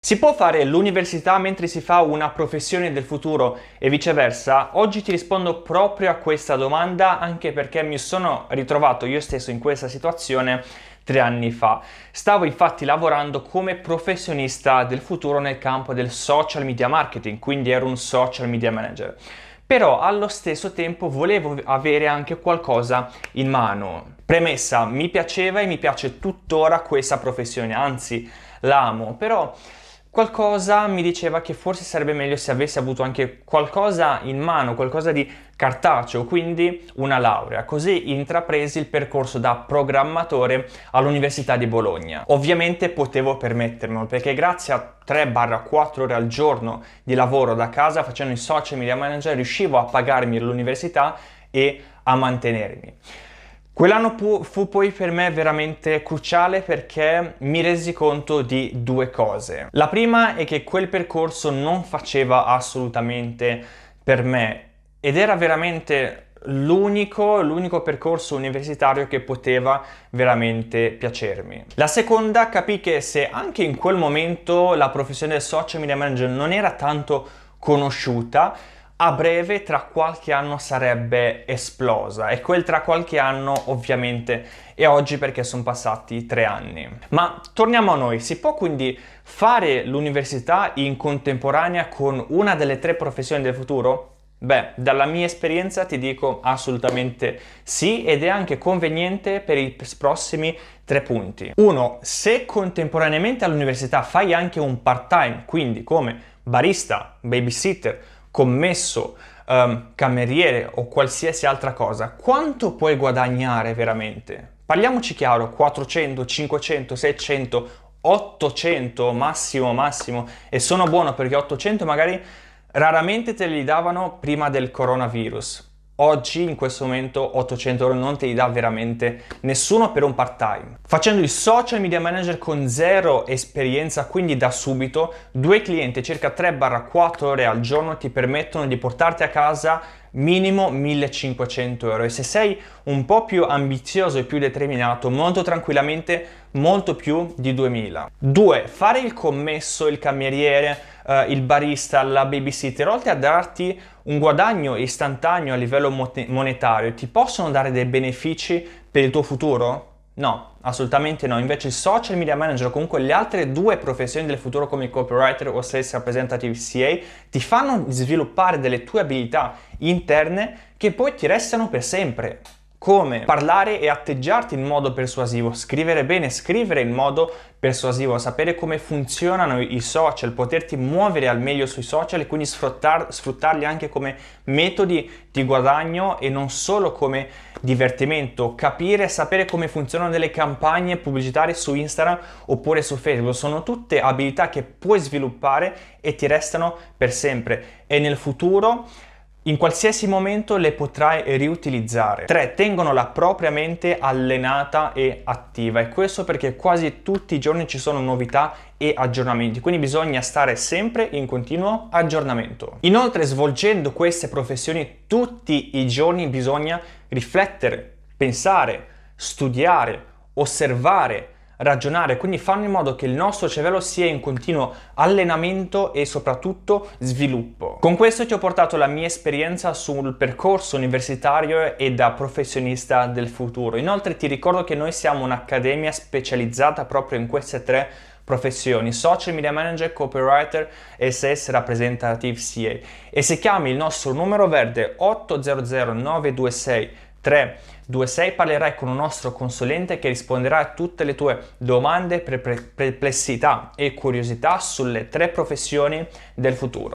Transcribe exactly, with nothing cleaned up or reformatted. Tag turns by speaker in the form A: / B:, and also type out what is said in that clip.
A: Si può fare l'università mentre si fa una professione del futuro e viceversa? Oggi ti rispondo proprio a questa domanda, anche perché mi sono ritrovato io stesso in questa situazione tre anni fa. Stavo infatti lavorando come professionista del futuro nel campo del social media marketing, quindi ero un social media manager. Però allo stesso tempo volevo avere anche qualcosa in mano. Premessa, mi piaceva e mi piace tuttora questa professione, anzi la amo, però qualcosa mi diceva che forse sarebbe meglio se avessi avuto anche qualcosa in mano, qualcosa di cartaceo, quindi una laurea. Così intrapresi il percorso da programmatore all'Università di Bologna. Ovviamente potevo permettermelo perché grazie a tre quattro ore al giorno di lavoro da casa facendo il social media manager riuscivo a pagarmi l'università e a mantenermi. Quell'anno fu, fu poi per me veramente cruciale perché mi resi conto di due cose. La prima è che quel percorso non faceva assolutamente per me ed era veramente l'unico, l'unico percorso universitario che poteva veramente piacermi. La seconda, capì che se anche in quel momento la professione del social media manager non era tanto conosciuta, a breve, tra qualche anno, sarebbe esplosa e quel tra qualche anno ovviamente è oggi perché sono passati tre anni. Ma torniamo a noi, si può quindi fare l'università in contemporanea con una delle tre professioni del futuro? Beh, dalla mia esperienza ti dico assolutamente sì ed è anche conveniente per i prossimi tre punti. Uno, se contemporaneamente all'università fai anche un part-time, quindi come barista, babysitter, commesso, um, cameriere o qualsiasi altra cosa, quanto puoi guadagnare veramente? Parliamoci chiaro, quattrocento, cinquecento, seicento, ottocento massimo massimo, e sono buono perché ottocento magari raramente te li davano prima del coronavirus. Oggi, in questo momento, ottocento euro non te li dà veramente nessuno per un part-time. Facendo il social media manager con zero esperienza, quindi da subito, due clienti circa tre quattro ore al giorno ti permettono di portarti a casa minimo millecinquecento euro e se sei un po' più ambizioso e più determinato, molto tranquillamente molto più di duemila. due. Fare il commesso, il cameriere, Uh, il barista, la babysitter, oltre a darti un guadagno istantaneo a livello monetario, ti possono dare dei benefici per il tuo futuro? No, assolutamente no. Invece il social media manager o comunque le altre due professioni del futuro come il copywriter o sales representative C A ti fanno sviluppare delle tue abilità interne che poi ti restano per sempre. Come parlare e atteggiarti in modo persuasivo, scrivere bene, scrivere in modo persuasivo, sapere come funzionano i social, poterti muovere al meglio sui social e quindi sfruttar, sfruttarli anche come metodi di guadagno e non solo come divertimento, capire e sapere come funzionano delle campagne pubblicitarie su Instagram oppure su Facebook, sono tutte abilità che puoi sviluppare e ti restano per sempre e nel futuro in qualsiasi momento le potrai riutilizzare. tre. Tengono la propria mente allenata e attiva e questo perché quasi tutti i giorni ci sono novità e aggiornamenti, quindi bisogna stare sempre in continuo aggiornamento. Inoltre, svolgendo queste professioni tutti i giorni bisogna riflettere, pensare, studiare, osservare, ragionare, quindi fanno in modo che il nostro cervello sia in continuo allenamento e soprattutto sviluppo. Con questo ti ho portato la mia esperienza sul percorso universitario e da professionista del futuro. Inoltre ti ricordo che noi siamo un'accademia specializzata proprio in queste tre professioni: social media manager, copywriter e sales representative C A. E se chiami il nostro numero verde otto zero zero nove due sei tre due sei parlerai con un nostro consulente che risponderà a tutte le tue domande, perplessità e curiosità sulle tre professioni del futuro.